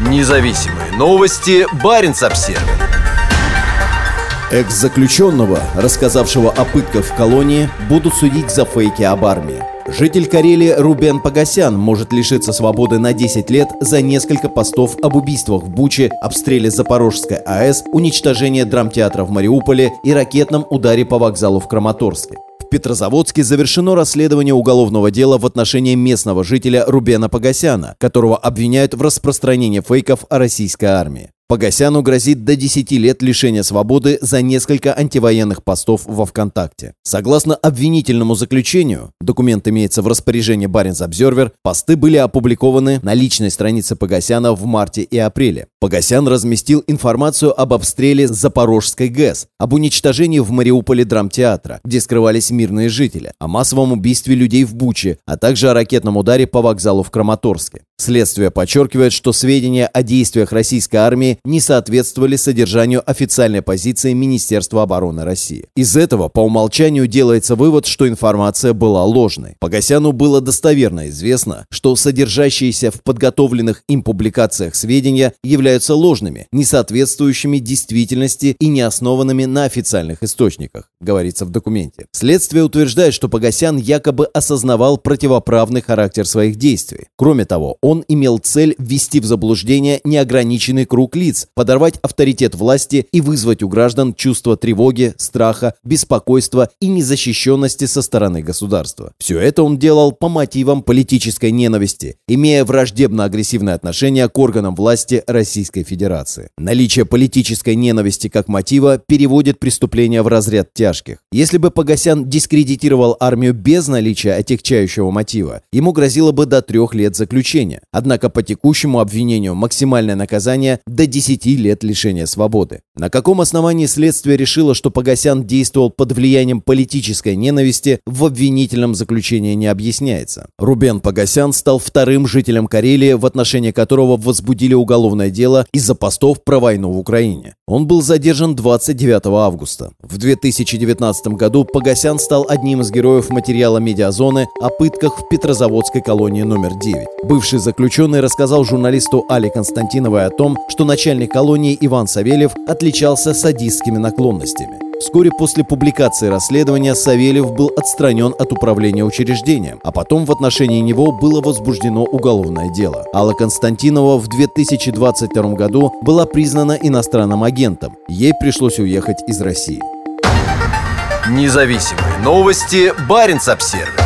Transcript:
Независимые новости. Баренц-Обсервис. Экс-заключенного, рассказавшего о пытках в колонии, будут судить за фейки об армии. Житель Карелии Рубен Погосян может лишиться свободы на 10 лет за несколько постов об убийствах в Буче, обстреле Запорожской АЭС, уничтожении драмтеатра в Мариуполе и ракетном ударе по вокзалу в Краматорске. В Петрозаводске завершено расследование уголовного дела в отношении местного жителя Рубена Погосяна, которого обвиняют в распространении фейков о российской армии. Погосяну грозит до 10 лет лишения свободы за несколько антивоенных постов во ВКонтакте. Согласно обвинительному заключению, документ имеется в распоряжении Баренц-Обсервис, посты были опубликованы на личной странице Погосяна в марте и апреле. Погосян разместил информацию об обстреле Запорожской ГЭС, об уничтожении в Мариуполе драмтеатра, где скрывались мирные жители, о массовом убийстве людей в Буче, а также о ракетном ударе по вокзалу в Краматорске. Следствие подчеркивает, что сведения о действиях российской армии не соответствовали содержанию официальной позиции Министерства обороны России. Из этого по умолчанию делается вывод, что информация была ложной. Погосяну было достоверно известно, что содержащиеся в подготовленных им публикациях сведения являются ложными, не соответствующими действительности и не основанными на официальных источниках, говорится в документе. Следствие утверждает, что Погосян якобы осознавал противоправный характер своих действий. Кроме того, он имел цель ввести в заблуждение неограниченный круг лиц, подорвать авторитет власти и вызвать у граждан чувство тревоги, страха, беспокойства и незащищенности со стороны государства. Все это он делал по мотивам политической ненависти, имея враждебно-агрессивное отношение к органам власти Российской Федерации. Наличие политической ненависти как мотива переводит преступление в разряд тяжких. Если бы Погосян дискредитировал армию без наличия отягчающего мотива, ему грозило бы до 3 лет заключения. Однако по текущему обвинению максимальное наказание до 10 лет лишения свободы. На каком основании следствие решило, что Погосян действовал под влиянием политической ненависти, в обвинительном заключении не объясняется. Рубен Погосян стал вторым жителем Карелии, в отношении которого возбудили уголовное дело из-за постов про войну в Украине. Он был задержан 29 августа. В 2019 году Погосян стал одним из героев материала «Медиазоны» о пытках в Петрозаводской колонии номер 9. Бывший заключенный рассказал журналисту Алле Константиновой о том, что начальник колонии Иван Савельев отличался садистскими наклонностями. Вскоре после публикации расследования Савельев был отстранен от управления учреждением, а потом в отношении него было возбуждено уголовное дело. Алла Константинова в 2022 году была признана иностранным агентом. Ей пришлось уехать из России. Независимые новости. Баренц-Обсервис.